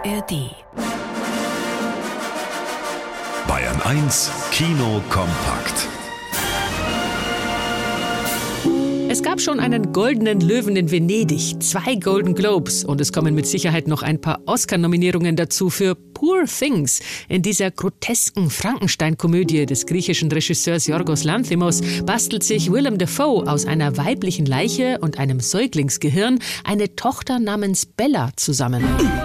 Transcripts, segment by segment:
ARD. Bayern 1 Kino kompakt. Es gab schon einen Goldenen Löwen in Venedig, 2 Golden Globes und es kommen mit Sicherheit noch ein paar Oscar-Nominierungen dazu für Poor Things. In dieser grotesken Frankenstein-Komödie des griechischen Regisseurs Yorgos Lanthimos bastelt sich Willem Dafoe aus einer weiblichen Leiche und einem Säuglingsgehirn eine Tochter namens Bella zusammen.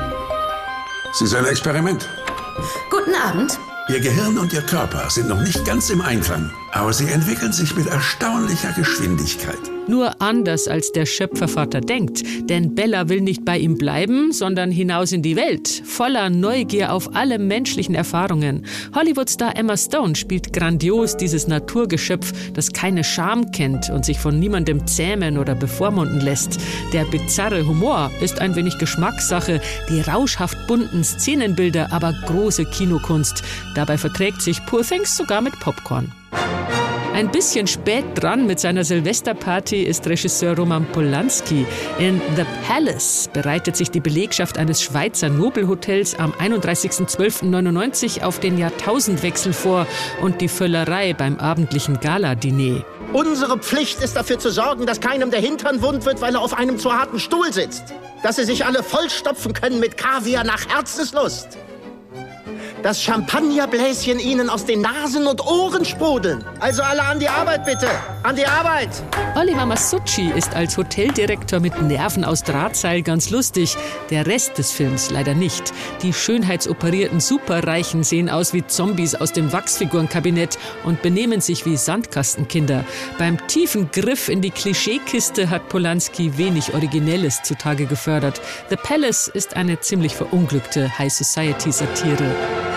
Sie ist ein Experiment. Guten Abend. Ihr Gehirn und Ihr Körper sind noch nicht ganz im Einklang, aber sie entwickeln sich mit erstaunlicher Geschwindigkeit. Nur anders als der Schöpfervater denkt. Denn Bella will nicht bei ihm bleiben, sondern hinaus in die Welt. Voller Neugier auf alle menschlichen Erfahrungen. Hollywood-Star Emma Stone spielt grandios dieses Naturgeschöpf, das keine Scham kennt und sich von niemandem zähmen oder bevormunden lässt. Der bizarre Humor ist ein wenig Geschmackssache, die rauschhaft bunten Szenenbilder, aber große Kinokunst. Dabei verträgt sich Poor Things sogar mit Popcorn. Ein bisschen spät dran mit seiner Silvesterparty ist Regisseur Roman Polanski. In The Palace bereitet sich die Belegschaft eines Schweizer Nobelhotels am 31.12.99 auf den Jahrtausendwechsel vor und die Völlerei beim abendlichen Gala-Diner. Unsere Pflicht ist dafür zu sorgen, dass keinem der Hintern wund wird, weil er auf einem zu harten Stuhl sitzt. Dass sie sich alle vollstopfen können mit Kaviar nach Herzenslust. Das Champagnerbläschen ihnen aus den Nasen und Ohren sprudeln. Also alle an die Arbeit bitte, an die Arbeit! Oliver Masucci ist als Hoteldirektor mit Nerven aus Drahtseil ganz lustig. Der Rest des Films leider nicht. Die schönheitsoperierten Superreichen sehen aus wie Zombies aus dem Wachsfigurenkabinett und benehmen sich wie Sandkastenkinder. Beim tiefen Griff in die Klischeekiste hat Polanski wenig Originelles zutage gefördert. The Palace ist eine ziemlich verunglückte High-Society-Satire.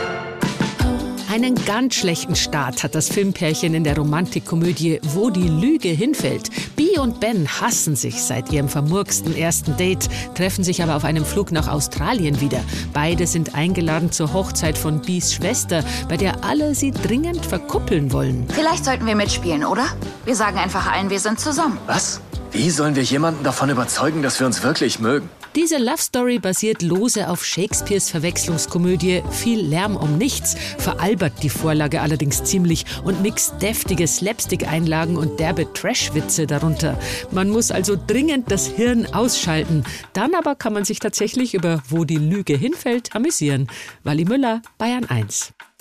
Einen ganz schlechten Start hat das Filmpärchen in der Romantikkomödie Wo die Lüge hinfällt. Bea und Ben hassen sich seit ihrem vermurksten ersten Date, treffen sich aber auf einem Flug nach Australien wieder. Beide sind eingeladen zur Hochzeit von Beas Schwester, bei der alle sie dringend verkuppeln wollen. Vielleicht sollten wir mitspielen, oder? Wir sagen einfach allen, wir sind zusammen. Was? Wie sollen wir jemanden davon überzeugen, dass wir uns wirklich mögen? Diese Love-Story basiert lose auf Shakespeares Verwechslungskomödie Viel Lärm um nichts, veralbert die Vorlage allerdings ziemlich und mixt deftige Slapstick-Einlagen und derbe Trash-Witze darunter. Man muss also dringend das Hirn ausschalten. Dann aber kann man sich tatsächlich über Wo die Lüge hinfällt amüsieren. Wally Müller, Bayern 1.